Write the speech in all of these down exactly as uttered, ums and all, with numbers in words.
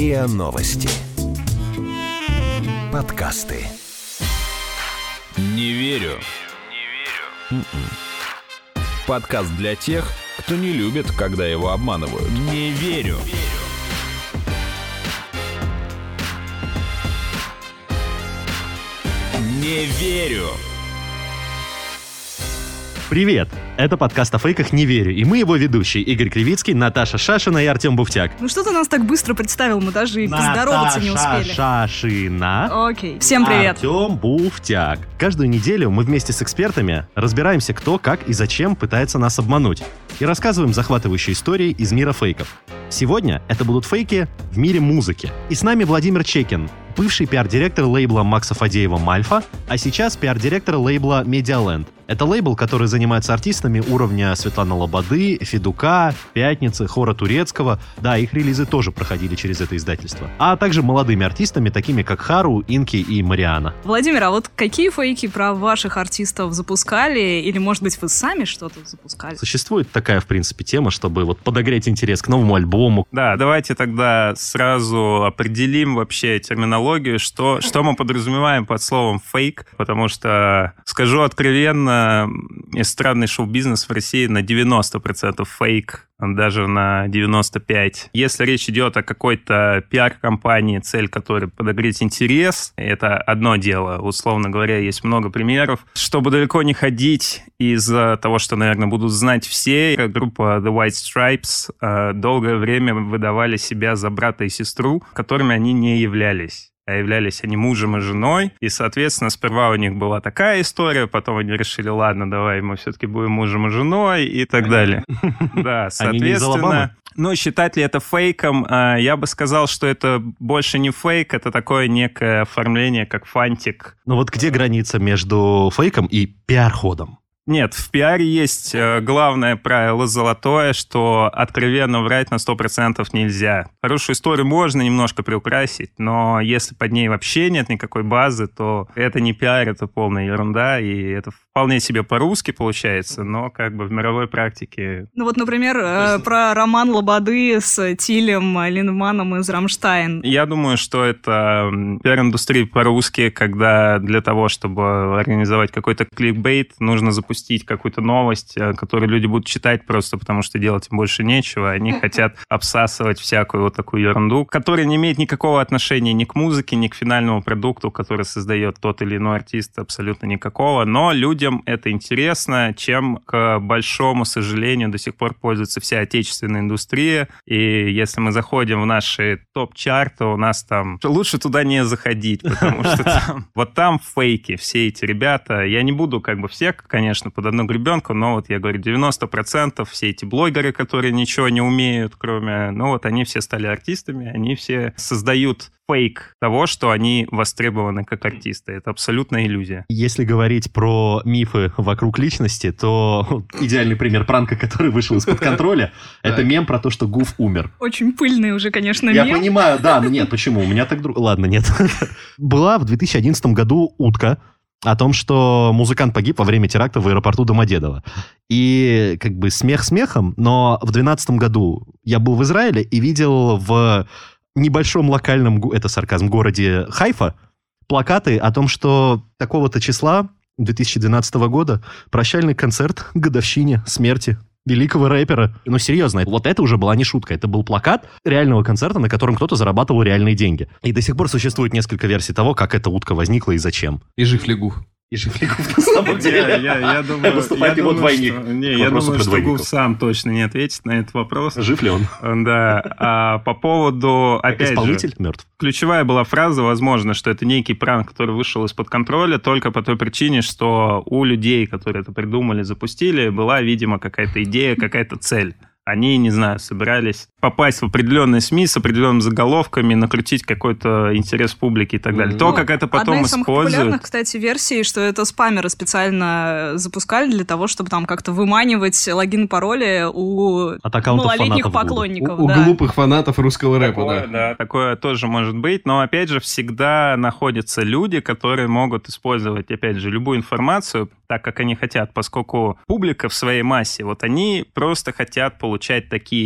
РИА Новости. Подкасты. Не верю. Не верю. Подкаст для тех, кто не любит, когда его обманывают. Не верю. Не верю. Привет! Это подкаст о фейках «Не верю», и мы его ведущие Игорь Кривицкий, Наташа Шашина и Артем Буфтяк. Ну что ты нас так быстро представил, мы даже и поздороваться не успели. Наташа Шашина. Окей, всем привет. Артем Буфтяк. Каждую неделю мы вместе с экспертами разбираемся, кто, как и зачем пытается нас обмануть. И рассказываем захватывающие истории из мира фейков. Сегодня это будут фейки в мире музыки. И с нами Владимир Чекин, бывший пиар-директор лейбла Макса Фадеева «Мальфа», а сейчас пиар-директор лейбла «Медиаленд». Это лейбл, который занимается артистами уровня Светланы Лободы, Федука, Пятницы, Хора Турецкого. Да, их релизы тоже проходили через это издательство. А также молодыми артистами, такими как Хару, Инки и Мариана. Владимир, а вот какие фейки про ваших артистов запускали? Или, может быть, вы сами что-то запускали? Существует такая, в принципе, тема, чтобы вот подогреть интерес к новому альбому. Да, давайте тогда сразу определим вообще терминологию, что, что мы подразумеваем под словом «фейк», потому что, скажу откровенно, эстрадный шоу-бизнес в России на девяносто процентов фейк, даже на девяносто пять процентов. Если речь идет о какой-то пиар-компании, цель которой подогреть интерес, это одно дело. Условно говоря, есть много примеров. Чтобы далеко не ходить из-за того, что, наверное, будут знать все, группа The White Stripes долгое время выдавали себя за брата и сестру, которыми они не являлись. А являлись они мужем и женой, и, соответственно, сперва у них была такая история, потом они решили, ладно, давай мы все-таки будем мужем и женой, и так далее. Да, соответственно... Ну, считать ли это фейком? Я бы сказал, что это больше не фейк, это такое некое оформление, как фантик. Ну вот где граница между фейком и пиар-ходом? Нет, в пиаре есть главное правило золотое, что откровенно врать на сто процентов нельзя. Хорошую историю можно немножко приукрасить, но если под ней вообще нет никакой базы, то это не пиар, это полная ерунда, и это вполне себе по-русски получается, но как бы в мировой практике... Ну вот, например, э, про роман Лободы с Тилем Линдманом из «Рамштайн». Я думаю, что это пиар-индустрия по-русски, когда для того, чтобы организовать какой-то кликбейт, нужно запустить пустить какую-то новость, которую люди будут читать просто потому, что делать им больше нечего. Они хотят обсасывать всякую вот такую ерунду, которая не имеет никакого отношения ни к музыке, ни к финальному продукту, который создает тот или иной артист, абсолютно никакого. Но людям это интересно, чем, к большому сожалению, до сих пор пользуется вся отечественная индустрия. И если мы заходим в наши топ-чарты, у нас там... Лучше туда не заходить, потому что там... Вот там фейки, все эти ребята. Я не буду как бы всех, конечно, под одну гребенку, но вот я говорю, девяносто процентов все эти блогеры, которые ничего не умеют, кроме... Ну вот они все стали артистами, они все создают фейк того, что они востребованы как артисты. Это абсолютная иллюзия. Если говорить про мифы вокруг личности, то идеальный пример пранка, который вышел из-под контроля, это мем про то, что Гуф умер. Очень пыльный уже, конечно, мем. Я понимаю, да, но нет, почему? У меня так... Ладно, нет. Была в две тысячи одиннадцатом году утка о том, что музыкант погиб во время теракта в аэропорту Домодедово. И как бы смех смехом, но в две тысячи двенадцатом году я был в Израиле и видел в небольшом локальном, это сарказм, городе Хайфа плакаты о том, что такого-то числа две тысячи двенадцатого года прощальный концерт к годовщине смерти великого рэпера. Ну, серьезно, вот это уже была не шутка. Это был плакат реального концерта, на котором кто-то зарабатывал реальные деньги. И до сих пор существует несколько версий того, как эта утка возникла и зачем. И жив ли Гуф? И жив ли Гуф на самом деле? Я думаю, выступает его двойник. Не, я думаю, что Гуф сам точно не ответит на этот вопрос. Жив ли он? Да. А по поводу, опять же... Исполнитель мертв. Ключевая была фраза, возможно, что это некий пранк, который вышел из-под контроля только по той причине, что у людей, которые это придумали, запустили, была, видимо, какая-то идея, какая-то цель. Они, не знаю, собирались попасть в определенные СМИ с определенными заголовками, накрутить какой-то интерес публики и так далее. Mm-hmm. То, как это потом Одна из самых используют... популярных, кстати, версий, что это спамеры специально запускали для того, чтобы там как-то выманивать логин и пароли у малолетних поклонников. У, да. у глупых фанатов русского рэпа, такое, да. да. Такое тоже может быть, но, опять же, всегда находятся люди, которые могут использовать, опять же, любую информацию так, как они хотят, поскольку публика в своей массе, вот они просто хотят получать такие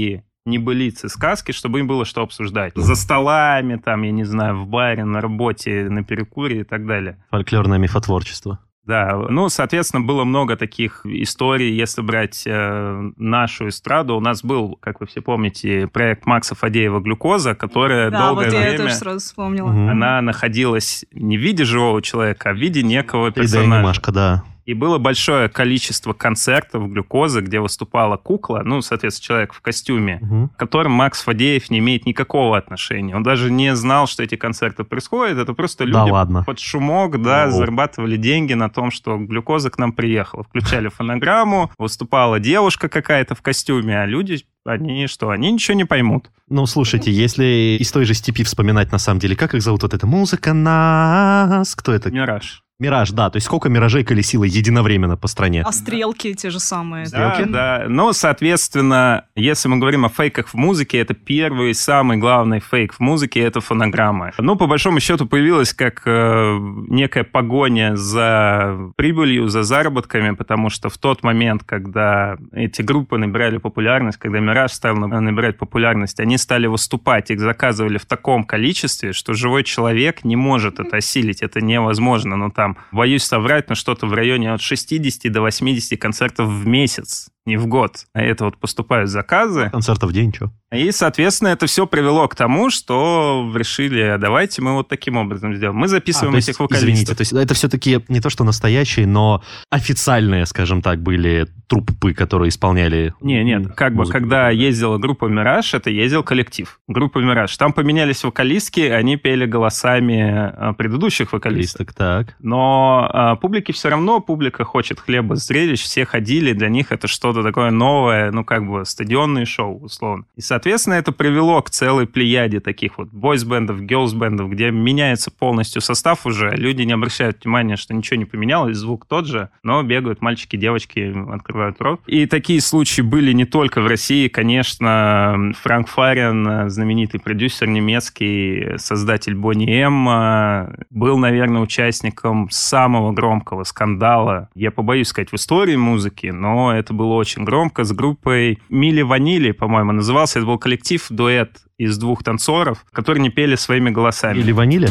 небылицы, сказки, чтобы им было что обсуждать. За столами, там, я не знаю, в баре, на работе, на перекуре и так далее. Фольклорное мифотворчество. Да, ну, соответственно, было много таких историй. Если брать э, нашу эстраду, у нас был, как вы все помните, проект Макса Фадеева «Глюкоза», которая да, долгое вот я время... тоже сразу вспомнила. Угу. Она находилась не в виде живого человека, а в виде некого три дэ персонажа. анимашка, да. И было большое количество концертов «Глюкозы», где выступала кукла, ну, соответственно, человек в костюме, Угу. к которым Макс Фадеев не имеет никакого отношения. Он даже не знал, что эти концерты происходят. Это просто люди Да ладно. под шумок, да, Оу. зарабатывали деньги на том, что «Глюкоза» к нам приехала. Включали фонограмму, выступала девушка какая-то в костюме, а люди, они что, они ничего не поймут. Ну, слушайте, если из той же степи вспоминать, на самом деле, как их зовут? Вот эта музыка нас... Кто это? Мираж. Мираж, да. То есть сколько миражей колесило единовременно по стране? А стрелки те же самые. Да, Стрелки? да. Но, соответственно, если мы говорим о фейках в музыке, это первый, самый главный фейк в музыке — это фонограмма. Ну, по большому счету, появилась как э, некая погоня за прибылью, за заработками, потому что в тот момент, когда эти группы набирали популярность, когда Мираж стал набирать популярность, они стали выступать, их заказывали в таком количестве, что живой человек не может это осилить, это невозможно. Ну, там, боюсь соврать, но что-то в районе от шестидесяти до восьмидесяти концертов в месяц, не в год. А это вот поступают заказы. Концертов в день, что? И, соответственно, это все привело к тому, что решили, давайте мы вот таким образом сделаем. Мы записываем А, то есть, этих вокалистов. извините, то есть это все-таки не то, что настоящие, но официальные, скажем так, были труппы, которые исполняли... Не, нет, как бы, музыку. когда ездила группа «Мираж», это ездил коллектив. Группа «Мираж». Там поменялись вокалистки, они пели голосами а, предыдущих вокалистов. Листок, так. Но а, публике все равно, публика хочет хлеба, зрелищ, все ходили, для них это что-то такое новое, ну, как бы, стадионное шоу, условно. И, соответственно, это привело к целой плеяде таких вот бойс-бендов, герлс-бендов, где меняется полностью состав уже, люди не обращают внимания, что ничего не поменялось, звук тот же, но бегают мальчики, девочки, открывают рот. И такие случаи были не только в России, конечно, Франк Фариан, знаменитый продюсер немецкий, создатель Бонни Эм, был, наверное, участником самого громкого скандала, я побоюсь сказать, в истории музыки, но это было очень громко, с группой Милли Ванилли, по-моему, назывался. Это был коллектив, дуэт из двух танцоров, которые не пели своими голосами. Или ванили?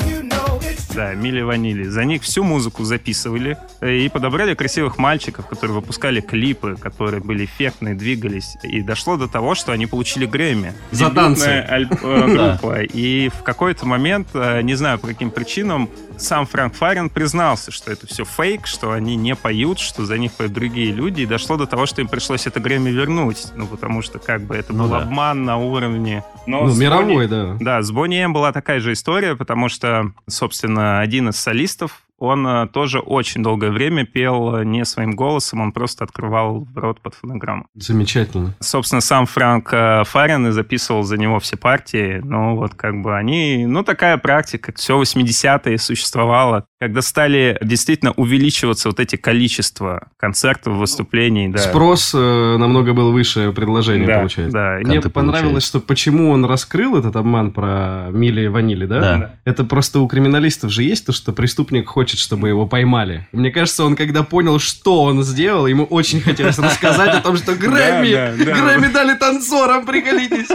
Да, Милли Ванилли. За них всю музыку записывали и подобрали красивых мальчиков, которые выпускали клипы, которые были эффектные, двигались. И дошло до того, что они получили Грэмми. За танцы. Аль- э, группа. И в какой-то момент, э, не знаю по каким причинам, сам Франк Фариан признался, что это все фейк, что они не поют, что за них поют другие люди. И дошло до того, что им пришлось это Грэмми вернуть. Ну, потому что как бы это Ну был да. обман на уровне... Но Ну, с мировой, Бонни- да. Да, с Бонни Эм была такая же история, потому что, собственно, один из солистов, он э, тоже очень долгое время пел э, не своим голосом, он просто открывал рот под фонограмму. Замечательно. Собственно, сам Франк э, Фариан и записывал за него все партии, ну вот как бы они... Ну, такая практика, все восьмидесятые существовало. Когда стали действительно увеличиваться вот эти количества концертов, выступлений, да. Спрос э, намного был выше предложения, Да, получается. да. Мне Канты понравилось, что почему он раскрыл этот обман про Милли Ванилли, да? Да. Это просто у криминалистов же есть то, что преступник хочет, чтобы его поймали. Мне кажется, он когда понял, что он сделал, ему очень хотелось рассказать о том, что Грэмми, Да, да, да. Грэмми дали танцорам, приходитесь.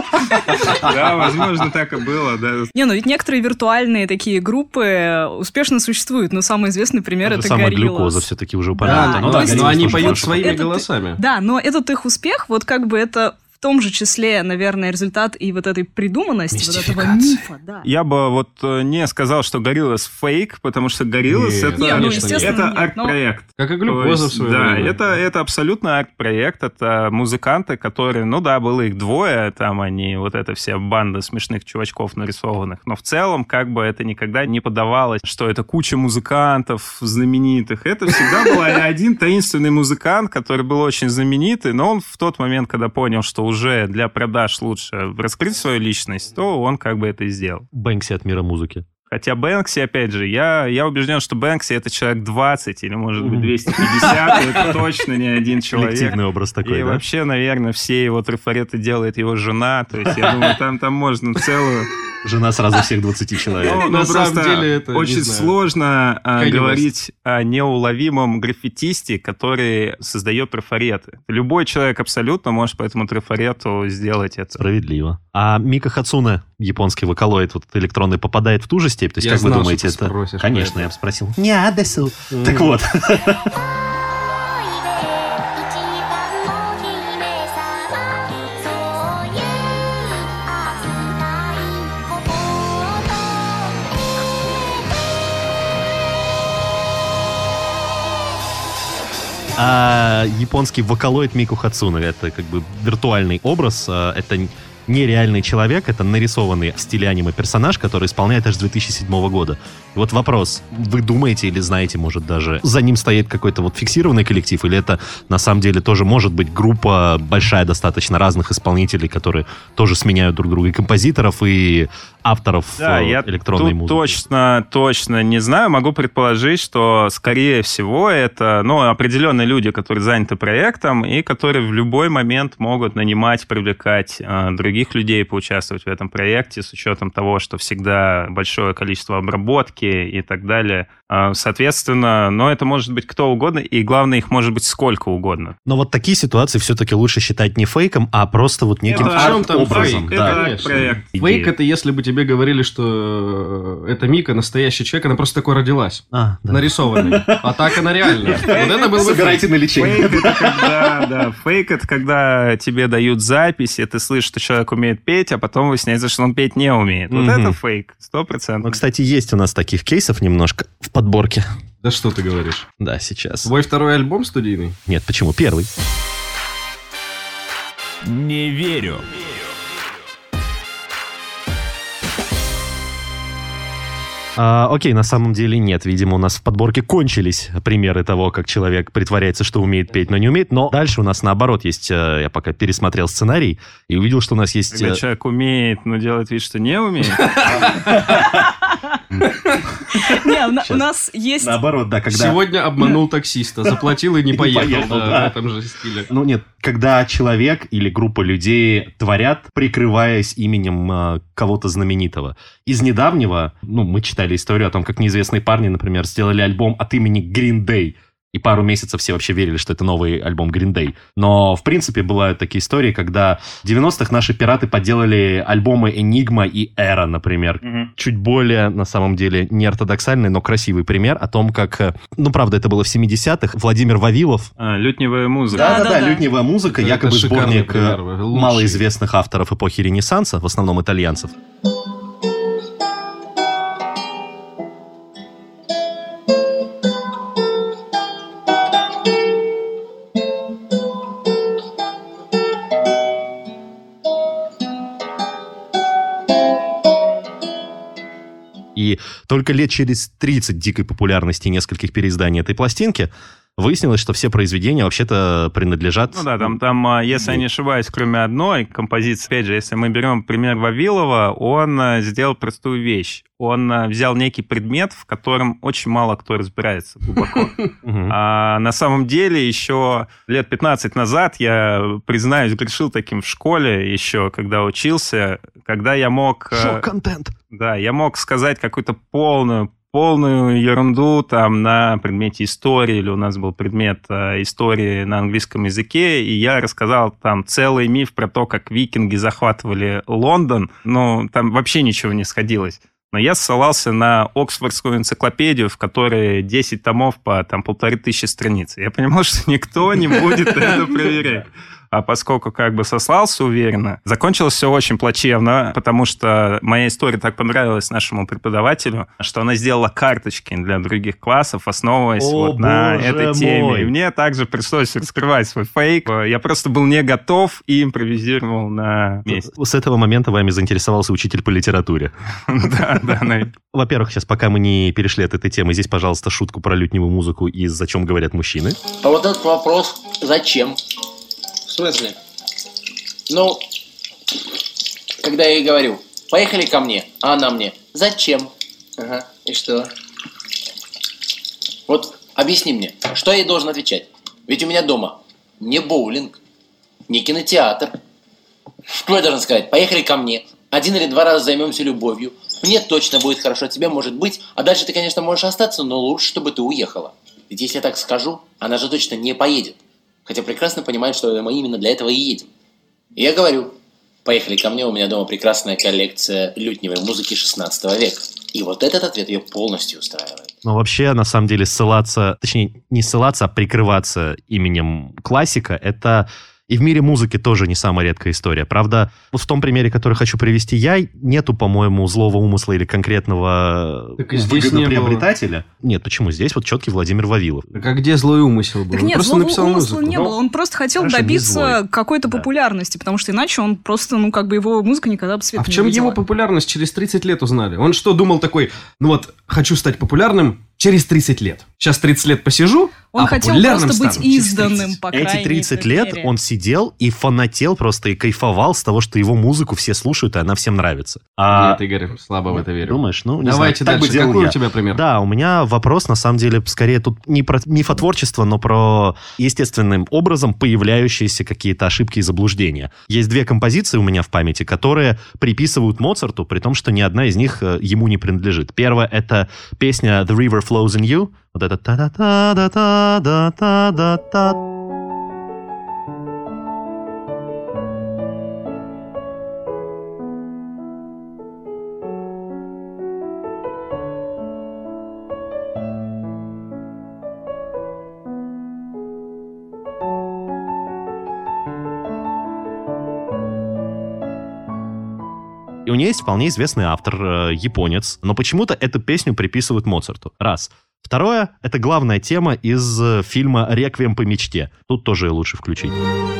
Да, возможно, так и было, да. Не, ну ведь некоторые виртуальные такие группы успешно существуют, но самый известный пример Та же это самая Gorillaz. глюкоза все-таки уже упомянута. Да, Ну то да, есть- но Gorillaz они тоже поют хорошо. своими Это- голосами. Да, но этот их успех, вот как бы это в том же числе, наверное, результат и вот этой придуманности, вот этого Мистификации. мифа, да. Я бы вот э, не сказал, что Gorillaz фейк, потому что Gorillaz Нет, это, Не, ну, естественно, это нет, арт-проект. Как и То глюкоза в есть, свое да, время. это, это абсолютно арт-проект, это музыканты, которые, ну да, было их двое, там они, вот эта вся банда смешных чувачков нарисованных, но в целом как бы это никогда не подавалось, что это куча музыкантов знаменитых. Это всегда был один таинственный музыкант, который был очень знаменитый, но он в тот момент, когда понял, что уже для продаж лучше раскрыть свою личность, то он как бы это и сделал. Бэнкси от мира музыки. Хотя Бэнкси, опять же, я, я убежден, что Бэнкси это человек двадцать или, может быть, двести пятьдесят, это точно не один человек. Коллективный образ такой, И да? вообще, наверное, все его трафареты делает его жена, то есть я думаю, там, там можно целую, Жена сразу всех двадцати человек. Ну, на самом деле это очень сложно говорить о неуловимом граффитисте, который создает трафареты. Любой человек абсолютно может по этому трафарету сделать это. Справедливо. А Мика Хацуне, японский вокалоид, вот электронный, попадает в ту же степь? То есть, я как знал, вы думаете, это... Спросишь, конечно, я бы спросил. Не адесу. Mm. Так вот. А японский вокалоид Мику Хацуне — это как бы виртуальный образ, это нереальный человек, это нарисованный в стиле аниме персонаж, который исполняет аж с две тысячи седьмого года. И вот вопрос, вы думаете или знаете, может, даже за ним стоит какой-то вот фиксированный коллектив, или это на самом деле тоже может быть группа большая достаточно разных исполнителей, которые тоже сменяют друг друга, и композиторов, и авторов да, электронной я музыки? Точно, точно не знаю. Могу предположить, что, скорее всего, это ну, определенные люди, которые заняты проектом и которые в любой момент могут нанимать, привлекать э, других людей поучаствовать в этом проекте с учетом того, что всегда большое количество обработки и так далее. Э, соответственно, но это может быть кто угодно, и главное, их может быть сколько угодно. Но вот такие ситуации все-таки лучше считать не фейком, а просто вот неким арт-образом. Фейк? Да, это проект. Фейк — это если бы тебе говорили, что это Мика, настоящий человек, она просто такой родилась. А, да. Нарисованный. А так она реальная. Вот это был бы собирайте на лечение. Фейк — это когда, да, фейк — это когда тебе дают запись, и ты слышишь, что человек умеет петь, а потом выясняется, что он петь не умеет. Вот это фейк, сто процентов. Ну, кстати, есть у нас таких кейсов немножко в подборке. Да что ты говоришь? Да, сейчас. Твой второй альбом студийный? Нет, почему? Первый. Не верю. А, окей, на самом деле нет. Видимо, у нас в подборке кончились примеры того, как человек притворяется, что умеет петь, но не умеет. Но дальше у нас наоборот есть... Я пока пересмотрел сценарий и увидел, что у нас есть... Когда человек умеет, но делает вид, что не умеет. Не, у нас есть... Наоборот, да, когда... Сегодня обманул таксиста, заплатил и не поехал в этом же стиле. Ну нет, когда человек или группа людей творят, прикрываясь именем кого-то знаменитого. Из недавнего, ну, мы читали историю о том, как неизвестные парни, например, сделали альбом от имени Green Day. И пару месяцев все вообще верили, что это новый альбом Green Day. Но, в принципе, бывают такие истории, когда в девяностых наши пираты подделали альбомы Enigma и Era, например. Mm-hmm. Чуть более, на самом деле, неортодоксальный, но красивый пример о том, как... Ну, правда, это было в семидесятых. Владимир Вавилов. А, лютневая музыка. Да-да-да, лютневая музыка. Это якобы сборник пример, малоизвестных авторов эпохи Ренессанса, в основном итальянцев. И только лет через тридцать дикой популярности и нескольких переизданий этой пластинки выяснилось, что все произведения вообще-то принадлежат... Ну да, там, там, если я не ошибаюсь, кроме одной композиции, опять же, если мы берем пример Вавилова, он сделал простую вещь. Он взял некий предмет, в котором очень мало кто разбирается глубоко. А на самом деле еще лет пятнадцать назад, я, признаюсь, грешил таким в школе еще, когда учился, когда я мог... Шок-контент. Да, я мог сказать какую-то полную, полную ерунду там на предмете истории, или у нас был предмет э, истории на английском языке, и я рассказал там целый миф про то, как викинги захватывали Лондон. Ну, там вообще ничего не сходилось. Но я ссылался на Оксфордскую энциклопедию, в которой десять томов по там, полторы тысячи страниц. Я понимал, что никто не будет это проверять. А поскольку как бы сослался уверенно, закончилось все очень плачевно, потому что моя история так понравилась нашему преподавателю, что она сделала карточки для других классов, основываясь О, вот на этой теме. Мой. И мне также пришлось раскрывать свой фейк. Я просто был не готов и импровизировал на месте. С этого момента вами заинтересовался учитель по литературе. Да, да. Во-первых, сейчас, пока мы не перешли от этой темы, здесь, пожалуйста, шутку про лютневую музыку и «О чем говорят мужчины». А вот этот вопрос «Зачем?» В смысле? Ну, когда я ей говорю, поехали ко мне, а она мне, зачем? Ага, и что? Вот объясни мне, что я ей должен отвечать? Ведь у меня дома не боулинг, не кинотеатр. Что я должен сказать? Поехали ко мне. Один или два раза займемся любовью. Мне точно будет хорошо, тебе может быть. А дальше ты, конечно, можешь остаться, но лучше, чтобы ты уехала. Ведь если я так скажу, она же точно не поедет. Хотя прекрасно понимает, что мы именно для этого и едем. И я говорю, поехали ко мне, у меня дома прекрасная коллекция лютневой музыки шестнадцатого века. И вот этот ответ ее полностью устраивает. Ну, вообще, на самом деле, ссылаться, точнее, не ссылаться, а прикрываться именем классика, это и в мире музыки тоже не самая редкая история. Правда, вот в том примере, который хочу привести я, нету, по-моему, злого умысла или конкретного выгодоприобретателя. Не нет, почему? Здесь вот четкий Владимир Вавилов. Так а где злой умысел был? Так он нет, просто злого написал умысла музыку. не было. Он просто хотел Хорошо, добиться какой-то да. популярности, потому что иначе он просто, ну, как бы его музыка никогда бы свет А в не чем увидела. его популярность через тридцать лет узнали? Он что, думал такой, ну вот, хочу стать популярным через тридцать лет. Сейчас тридцать лет посижу, Он а хотел популярным просто быть стану через изданным, тридцать. по крайней Эти тридцать мере. лет он сидел и фанател просто и кайфовал с того, что его музыку все слушают, и она всем нравится. А... Нет, Игорь, слабо в это верю. Думаешь? Ну, не Давайте знаю. Так бы дальше. делал Какой я. у тебя пример? Да, у меня вопрос, на самом деле, скорее тут не про мифотворчество, но про естественным образом появляющиеся какие-то ошибки и заблуждения. Есть две композиции у меня в памяти, которые приписывают Моцарту, при том, что ни одна из них э, ему не принадлежит. Первая — это песня «The River Flows in You». Вот это та-да-та-да-та-да-та-да-та. И у нее есть вполне известный автор, э, японец, но почему-то эту песню приписывают Моцарту. Раз. Второе — это главная тема из э, фильма «Реквием по мечте». Тут тоже лучше включить.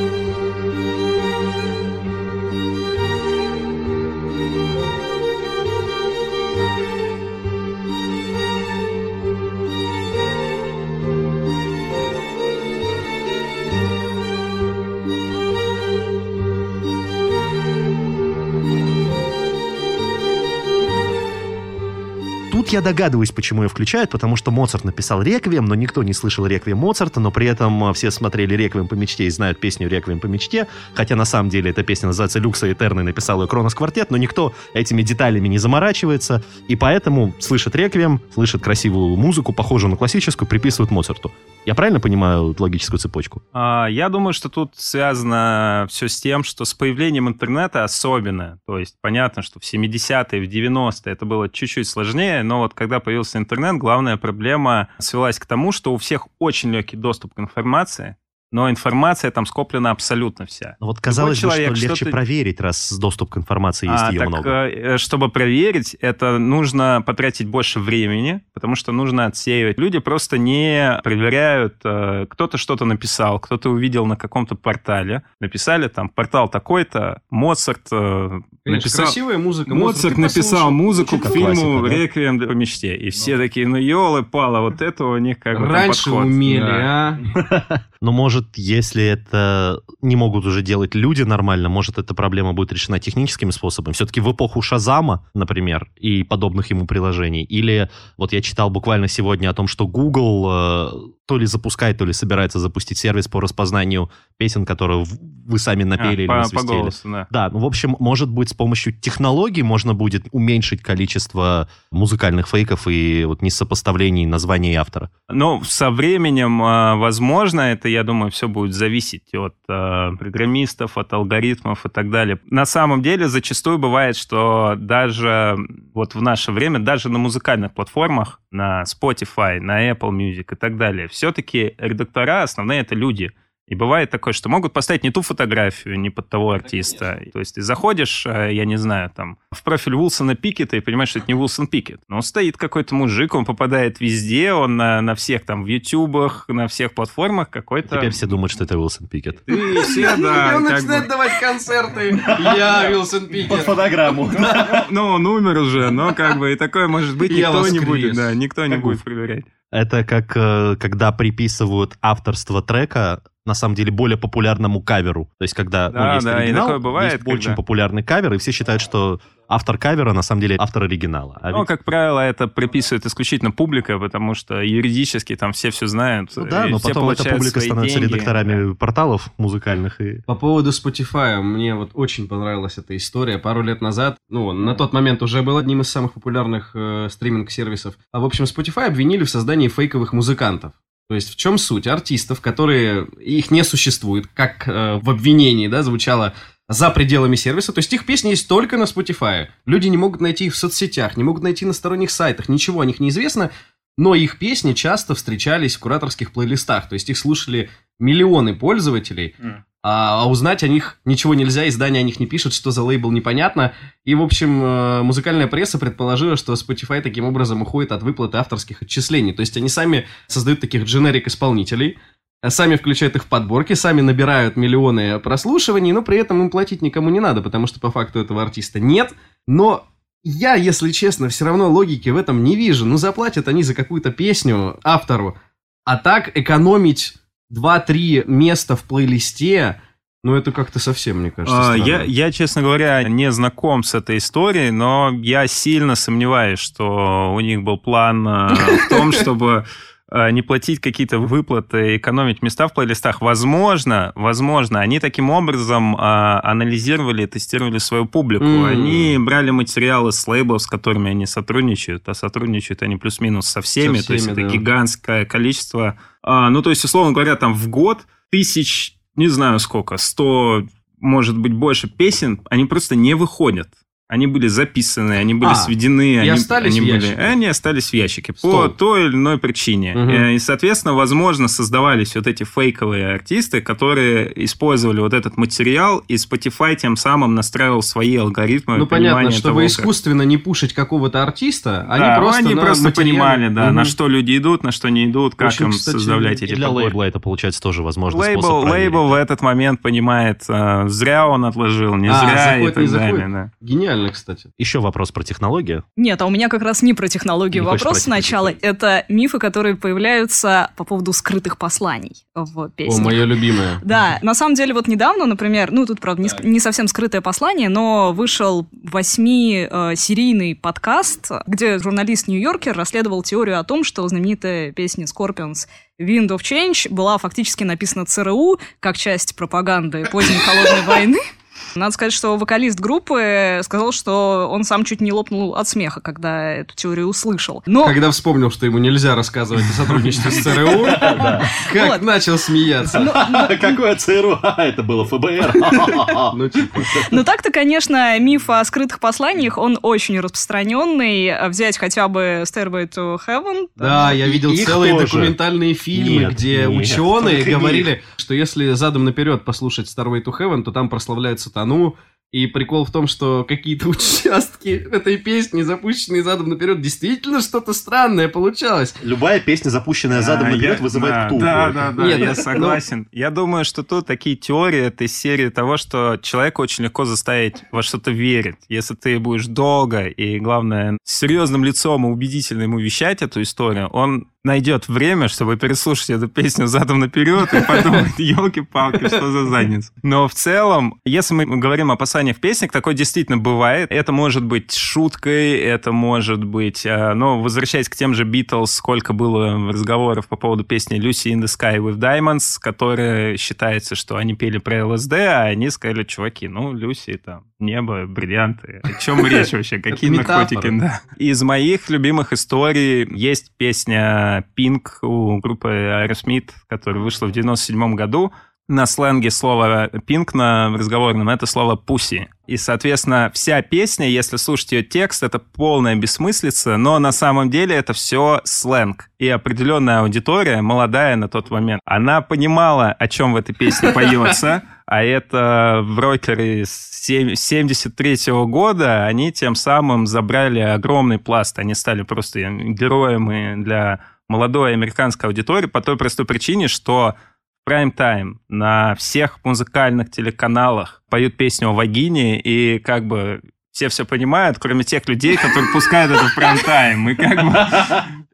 Тут я догадываюсь, почему ее включают, потому что Моцарт написал «Реквием», но никто не слышал «Реквием» Моцарта, но при этом все смотрели «Реквием по мечте» и знают песню «Реквием по мечте», хотя на самом деле эта песня называется «Люкса Этерна» и написал ее Кронос Квартет, но никто этими деталями не заморачивается, и поэтому слышит «Реквием», слышит красивую музыку, похожую на классическую, приписывают Моцарту. Я правильно понимаю логическую цепочку? А, я думаю, что тут связано все с тем, что с появлением интернета особенно, то есть понятно, что в семидесятые, в девяностые это было чуть-чуть сложнее, но вот когда появился интернет, главная проблема свелась к тому, что у всех очень легкий доступ к информации, но информация там скоплена абсолютно вся. Ну вот казалось бы, человек что легче что-то- проверить, раз доступ к информации есть, А, ее так, много. э, чтобы проверить, это нужно потратить больше времени, потому что нужно отсеивать. Люди просто не проверяют. э, Кто-то что-то написал, кто-то увидел на каком-то портале. Написали там портал такой-то, Моцарт э, Конечно, написал... красивая музыка. Моцарт ты написал послушай. музыку к Это фильму классика, да? «Реквием по мечте». И все такие, ну елы-палы, вот это у них как бы там Раньше подход. умели, Да. а? Но может, если это не могут уже делать люди нормально, может, эта проблема будет решена техническими способами. Все-таки в эпоху Шазама, например, и подобных ему приложений. Или вот я читал буквально сегодня о том, что Google э, то ли запускает, то ли собирается запустить сервис по распознанию песен, которые в- вы сами напели А, или по, по насвистели. голосу, да. Да, ну, в общем, может быть, с помощью технологий можно будет уменьшить количество музыкальных фейков и вот несопоставлений названия и автора. Ну, со временем, э, возможно, это, я думаю, все будет зависеть от э, программистов, от алгоритмов и так далее. На самом деле, зачастую бывает, что даже вот в наше время, даже на музыкальных платформах, на Spotify, на Apple Music и так далее, все-таки редактора основные — это люди. И бывает такое, что могут поставить не ту фотографию, не под того артиста. То есть ты заходишь, я не знаю, там, в профиль Уилсона Пикета и понимаешь, что это не Уилсон Пикет. Но стоит какой-то мужик, он попадает везде, он на, на всех там в ютубах, на всех платформах какой-то... Теперь все думают, что это Уилсон Пикет. Ты все, да. И он как начинает бы. давать концерты. Я Уилсон Пикет. фотограмму. Ну, он умер уже, но как бы и такое может быть, Я никто не воскрес. будет, да, никто не Как будет бы. проверять. Это как, э, когда приписывают авторство трека на самом деле, более популярному каверу. То есть, когда да, ну, есть да, оригинал, и такое бывает, есть когда... очень популярный кавер, и все считают, что автор кавера, на самом деле, автор оригинала. А ну, ведь... как правило, это приписывает исключительно публика, потому что юридически там все все знают. Ну да, но потом эта публика становится деньги. редакторами да. порталов музыкальных. И... По поводу Spotify, мне вот очень понравилась эта история. Пару лет назад, ну, на тот момент уже был одним из самых популярных э, стриминг-сервисов. А, в общем, Spotify обвинили в создании фейковых музыкантов. То есть в чем суть? Артистов, которые... Их не существует, как э, в обвинении, да, звучало за пределами сервиса. То есть их песни есть только на Spotify. Люди не могут найти их в соцсетях, не могут найти на сторонних сайтах. Ничего о них не известно. Но их песни часто встречались в кураторских плейлистах. То есть их слушали миллионы пользователей. Mm. А, а узнать о них ничего нельзя, издание о них не пишет, что за лейбл непонятно. И, в общем, музыкальная пресса предположила, что Spotify таким образом уходит от выплаты авторских отчислений. То есть они сами создают таких дженерик-исполнителей, сами включают их в подборки, сами набирают миллионы прослушиваний, но при этом им платить никому не надо, потому что по факту этого артиста нет. Но я, если честно, все равно логики в этом не вижу. Ну, заплатят они за какую-то песню автору, а так экономить два-три места в плейлисте, ну, это как-то совсем, мне кажется, а, я, я, честно говоря, не знаком с этой историей, но я сильно сомневаюсь, что у них был план в том, чтобы не платить какие-то выплаты, экономить места в плейлистах. Возможно, возможно, они таким образом а, анализировали, тестировали свою публику. Mm. Они брали материалы с лейблов, с которыми они сотрудничают, а сотрудничают они плюс-минус со всеми, со всеми то есть да. это гигантское количество. А, ну, то есть, условно говоря, там в год тысяч, не знаю сколько, сто, может быть, больше песен, они просто не выходят. Они были записаны, они были а, сведены. И они, остались они в были, ящике. Они остались в ящике Стол. по той или иной причине. Угу. И, соответственно, возможно, создавались вот эти фейковые артисты, которые использовали вот этот материал, и Spotify тем самым настраивал свои алгоритмы. Ну, понятно, чтобы того, искусственно как... не пушить какого-то артиста, они да, просто они просто материале... понимали, да, угу. на что люди идут, на что не идут, как Очень, им кстати, составлять эти для подборки. лейбла это, получается, тоже возможно лейбл, способ проверить. Лейбл в этот момент понимает, зря он отложил, не а, зря заходит, и так не далее. заходит. Да. Гениально, кстати. Еще вопрос про технологию. Нет, а у меня как раз не про технологию Не вопрос сначала. Это мифы, которые появляются по поводу скрытых посланий в песнях. О, мое любимое. Да, на самом деле вот недавно, например, ну тут, правда, не, не совсем скрытое послание, но вышел восьмисерийный подкаст, где журналист Нью-Йоркер расследовал теорию о том, что знаменитая песня Scorpions Wind of Change была фактически написана ЦРУ как часть пропаганды поздней холодной войны. Надо сказать, что вокалист группы сказал, что он сам чуть не лопнул от смеха, когда эту теорию услышал. Но... Когда вспомнил, что ему нельзя рассказывать о сотрудничестве с ЦРУ, как начал смеяться. Какое ЦРУ? Это было ФБР. Ну так-то, конечно, миф о скрытых посланиях, он очень распространенный. Взять хотя бы Stairway to Heaven. Да, я видел целые документальные фильмы, где ученые говорили, что если задом наперед послушать Stairway to Heaven, то там прославляется сатану, и прикол в том, что какие-то участки этой песни, запущенные задом наперед, действительно что-то странное получалось. Любая песня, запущенная задом а, наперед, я, вызывает да, ктулху. Да, да, да, Нет, я ну, согласен. Ну... Я думаю, что тут такие теории, это из серии того, что человека очень легко заставить во что-то верить. Если ты будешь долго и, главное, с серьезным лицом и убедительно ему вещать эту историю, он найдет время, чтобы переслушать эту песню задом наперед и подумать, елки-палки, что за задница. Но в целом, если мы говорим о опасаниях песен, такое действительно бывает. Это может быть шуткой, это может быть... Но возвращаясь к тем же Beatles, сколько было разговоров по поводу песни Lucy in the Sky with Diamonds, которая считается, что они пели про ЛСД, а они сказали, чуваки, ну, Люси там, небо, бриллианты. О чем речь вообще? Какие наркотики? Да. Из моих любимых историй есть песня Pink у группы Aerosmith, которая вышла в девяносто седьмом году. На сленге слово «pink» на разговорном — это слово «pussy». И, соответственно, вся песня, если слушать ее текст, это полная бессмыслица, но на самом деле это все сленг. И определенная аудитория, молодая на тот момент, она понимала, о чем в этой песне поется, а это в рокеры семьдесят третьего года, они тем самым забрали огромный пласт, они стали просто героями для молодой американской аудитории по той простой причине, что прайм-тайм на всех музыкальных телеканалах поют песню о вагине, и как бы все все понимают, кроме тех людей, которые пускают это в прайм-тайм. И как бы...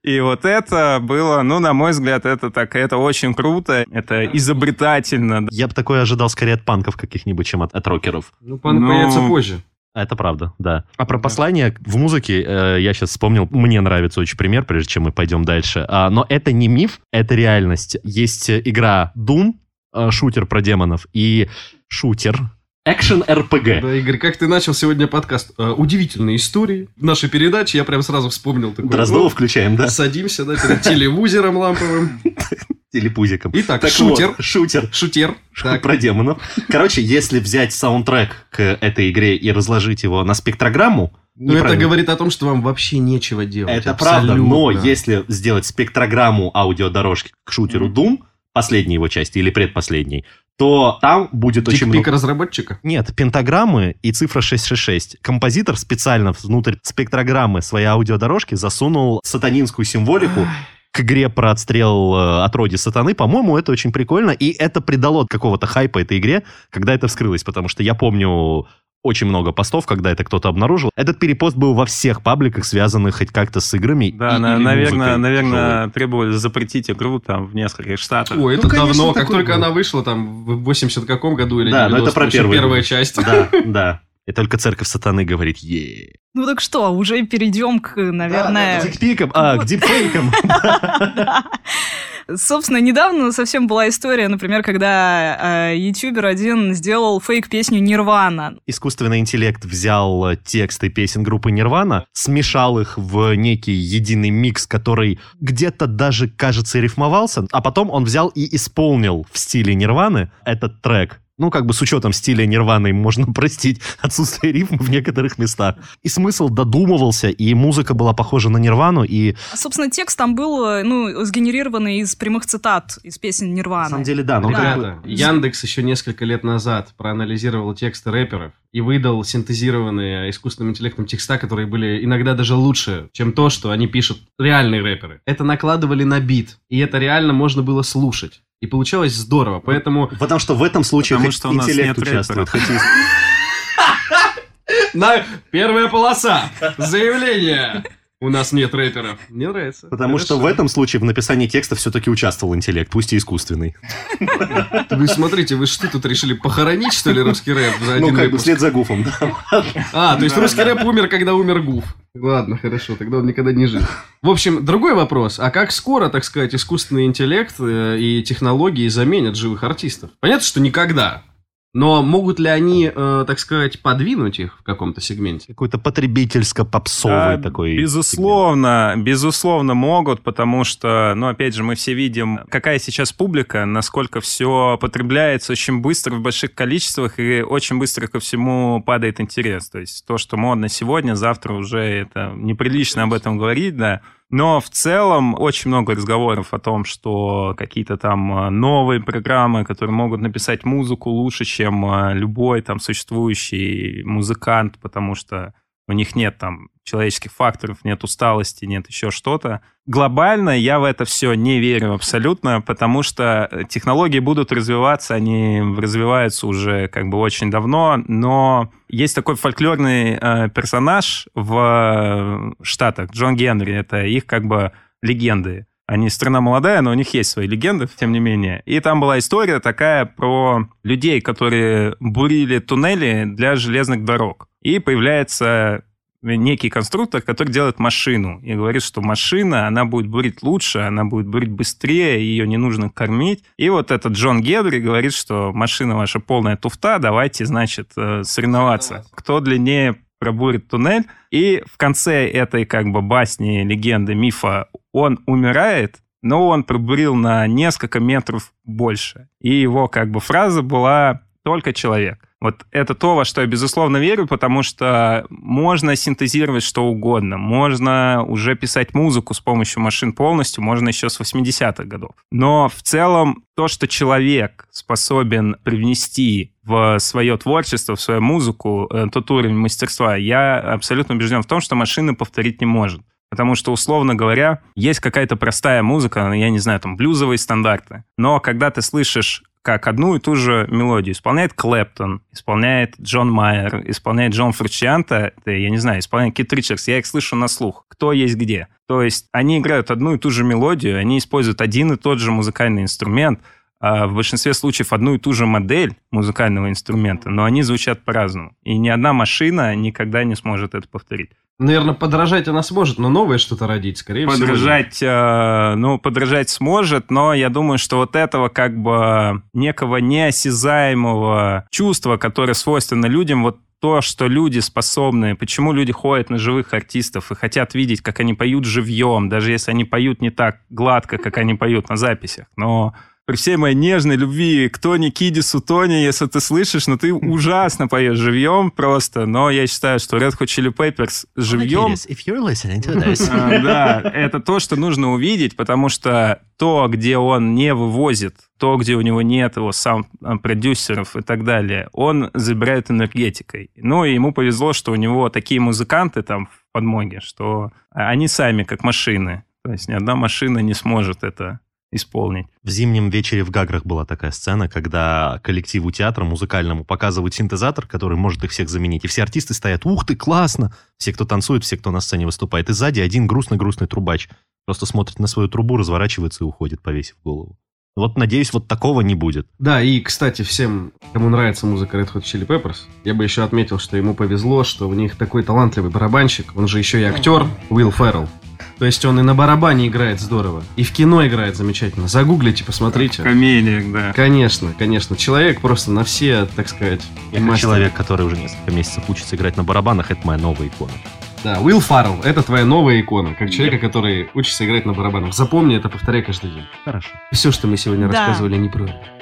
И вот это было, ну, на мой взгляд, это так, это очень круто, это изобретательно. Я бы такое ожидал скорее от панков каких-нибудь, чем от, от рокеров. Ну, панк Ну, появится позже. Это правда, да. А про послание в музыке э, я сейчас вспомнил, мне нравится очень пример, прежде чем мы пойдем дальше. А, но это не миф, это реальность. Есть игра Doom, э, шутер про демонов, и шутер, экшен-эр пи джи. Да, Игорь, как ты начал сегодня подкаст? Э, удивительные истории. В нашей передаче я прям сразу вспомнил такой. Дроздова ну, включаем, да? Садимся, да, перед телевизором ламповым. Телепузиком. Итак, Так шутер. вот, шутер. Шутер. Так. Про демонов. Короче, если взять саундтрек к этой игре и разложить его на спектрограмму, Ну, это говорит о том, что вам вообще нечего делать. это абсолютно. правда, но если сделать спектрограмму аудиодорожки к шутеру Doom, последней его части или предпоследней, то там будет очень Дикпик много... разработчика? Нет, пентаграммы и цифра шесть шесть шесть. Композитор специально внутрь спектрограммы своей аудиодорожки засунул сатанинскую символику к игре про отстрел э, отродья сатаны. По-моему, это очень прикольно, и это придало какого-то хайпа этой игре, когда это вскрылось, потому что я помню очень много постов, когда это кто-то обнаружил. Этот перепост был во всех пабликах, связанных хоть как-то с играми. Да, и, на, или наверное, музыкой наверное, тяжелой. требовали запретить игру там в нескольких штатах. Ой, это Ну, конечно, давно. Как такое только было. она вышла, там, в восемьдесят каком году или Да, но это девяностом, про еще первый первая год. часть. Да, да. И только церковь сатаны говорит «е». Ну так что, уже перейдем к, наверное... К дикпикам, а, к дипфейкам. Да. Собственно, недавно совсем была история, например, когда э, ютубер один сделал фейк-песню «Нирвана». Искусственный интеллект взял тексты песен группы Нирвана, смешал их в некий единый микс, который где-то даже, кажется, рифмовался, а потом он взял и исполнил в стиле Нирваны этот трек. Ну, как бы с учетом стиля Нирваны можно простить отсутствие рифма в некоторых местах. И смысл додумывался, и музыка была похожа на Нирвану, и... Собственно, текст там был, э, ну, сгенерированный из прямых цитат из песен Нирваны. На самом деле, да. Но Да. как бы- Ребята, Яндекс еще несколько лет назад проанализировал тексты рэперов и выдал синтезированные искусственным интеллектом текста, которые были иногда даже лучше, чем то, что они пишут реальные рэперы. Это накладывали на бит, и это реально можно было слушать. И получалось здорово, поэтому... Потому что в этом случае Потому хоть что у нас интеллект нет участвует. рэперов. Хоть и- На первая полоса! Заявление! У нас нет рэперов. Мне нравится. Потому что Хорошо. в этом случае в написании текста все-таки участвовал интеллект, пусть и искусственный. Вы смотрите, вы что тут решили похоронить, что ли, русский рэп? за Ну, один как бы выпуск? вслед за Гуфом, да. А, то есть русский рэп умер, когда умер Гуф. Ладно, хорошо, тогда он никогда не жил. В общем, другой вопрос. А как скоро, так сказать, искусственный интеллект э, и технологии заменят живых артистов? Понятно, что никогда. Но могут ли они, э, так сказать, подвинуть их в каком-то сегменте? Какой-то потребительско-попсовый Да, такой. Безусловно, безусловно могут, потому что, ну, опять же, мы все видим, какая сейчас публика, насколько все потребляется очень быстро в больших количествах, и очень быстро ко всему падает интерес. То есть то, что модно сегодня, завтра уже это неприлично об этом говорить, да. Но в целом очень много разговоров о том, что какие-то там новые программы, которые могут написать музыку лучше, чем любой там существующий музыкант, потому что у них нет там человеческих факторов, нет усталости, нет еще что-то. Глобально я в это все не верю абсолютно, потому что технологии будут развиваться, они развиваются уже как бы очень давно, но есть такой фольклорный э, персонаж в Штатах, Джон Генри, это их как бы легенды. Они страна молодая, но у них есть свои легенды, тем не менее. И там была история такая про людей, которые бурили туннели для железных дорог. И появляется некий конструктор, который делает машину. И говорит, что машина, она будет бурить лучше, она будет бурить быстрее, ее не нужно кормить. И вот этот Джон Генри говорит, что машина ваша полная туфта, давайте, значит, соревноваться. Кто длиннее пробурит туннель. И в конце этой как бы басни, легенды, мифа он умирает, но он пробурил на несколько метров больше. И его как бы фраза была «только человек». Вот это то, во что я, безусловно, верю, потому что можно синтезировать что угодно. Можно уже писать музыку с помощью машин полностью, можно еще с восьмидесятых годов. Но в целом то, что человек способен привнести в свое творчество, в свою музыку, тот уровень мастерства, я абсолютно убежден в том, что машина повторить не может. Потому что, условно говоря, есть какая-то простая музыка, я не знаю, там, блюзовые стандарты. Но когда ты слышишь как одну и ту же мелодию. Исполняет Клэптон, исполняет Джон Майер, исполняет Джон Фрусцианте, я не знаю, исполняет Кит Ричардс. Я их слышу на слух. Кто есть где. То есть они играют одну и ту же мелодию, они используют один и тот же музыкальный инструмент, а в большинстве случаев одну и ту же модель музыкального инструмента, но они звучат по-разному. И ни одна машина никогда не сможет это повторить. Наверное, подражать она сможет, но новое что-то родить, скорее подражать, всего. Э, ну, подражать сможет, но я думаю, что вот этого как бы некого неосязаемого чувства, которое свойственно людям, вот то, что люди способны, почему люди ходят на живых артистов и хотят видеть, как они поют живьем, даже если они поют не так гладко, как они поют на записях, но... При всей моей нежной любви к Тони Кидису, Тони, если ты слышишь, но ты ужасно поешь живьем просто, но я считаю, что Red Hot Chili Peppers живьем... If you're listening to this. А, да, это то, что нужно увидеть, потому что то, где он не вывозит, то, где у него нет его саунд-продюсеров и так далее, он забирает энергетикой. Ну, и ему повезло, что у него такие музыканты там в подмоге, что они сами как машины. То есть ни одна машина не сможет это... исполнить. В «Зимнем вечере» в Гаграх была такая сцена, когда коллективу театра музыкальному показывают синтезатор, который может их всех заменить. И все артисты стоят: ух ты, классно! Все, кто танцует, все, кто на сцене выступает. И сзади один грустный-грустный трубач просто смотрит на свою трубу, разворачивается и уходит, повесив голову. Вот, надеюсь, вот такого не будет. Да, и, кстати, всем, кому нравится музыка Red Hot Chili Peppers, я бы еще отметил, что ему повезло, что у них такой талантливый барабанщик, он же еще и актер, Уилл Феррелл. То есть он и на барабане играет здорово, и в кино играет замечательно. Загуглите, посмотрите. Комедия, да. Конечно, конечно. Человек просто на все, так сказать, Я как человек, который уже несколько месяцев учится играть на барабанах, это моя новая икона. Да, Уилл Феррелл — это твоя новая икона, как человека, который учится играть на барабанах. Запомни это, повторяй каждый день. Хорошо. Все, что мы сегодня Да. рассказывали, не про.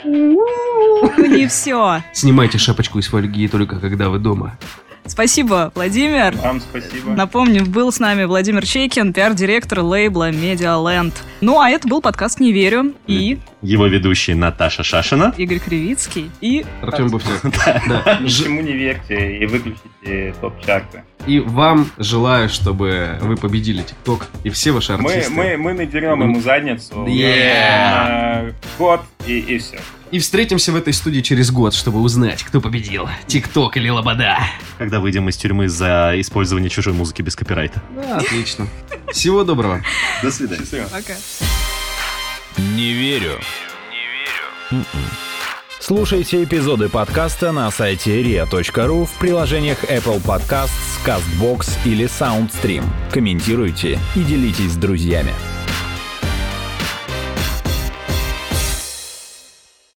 Не все. Снимайте шапочку из фольги только когда вы дома. Спасибо, Владимир. Вам спасибо. Напомню, был с нами Владимир Чайкин, пиар-директор лейбла Медиаленд. Ну, а это был подкаст «Не верю». И Его ведущие Наташа Шашина. Игорь Кривицкий. И Артем Буфтяк. Да. Ничему не верьте и выключите топ-чарты. И вам желаю, чтобы вы победили ТикТок и все ваши Мы, артисты. мы, мы надерем ему задницу Yeah. на год и, и все. И встретимся в этой студии через год, чтобы узнать, кто победил, ТикТок или Лобода. Когда выйдем из тюрьмы за использование чужой музыки без копирайта. Да, отлично. Всего доброго. До свидания. пока. Не верю. Не верю. Слушайте эпизоды подкаста на сайте риа точка ру, в приложениях Apple Podcasts, CastBox или SoundStream. Комментируйте и делитесь с друзьями.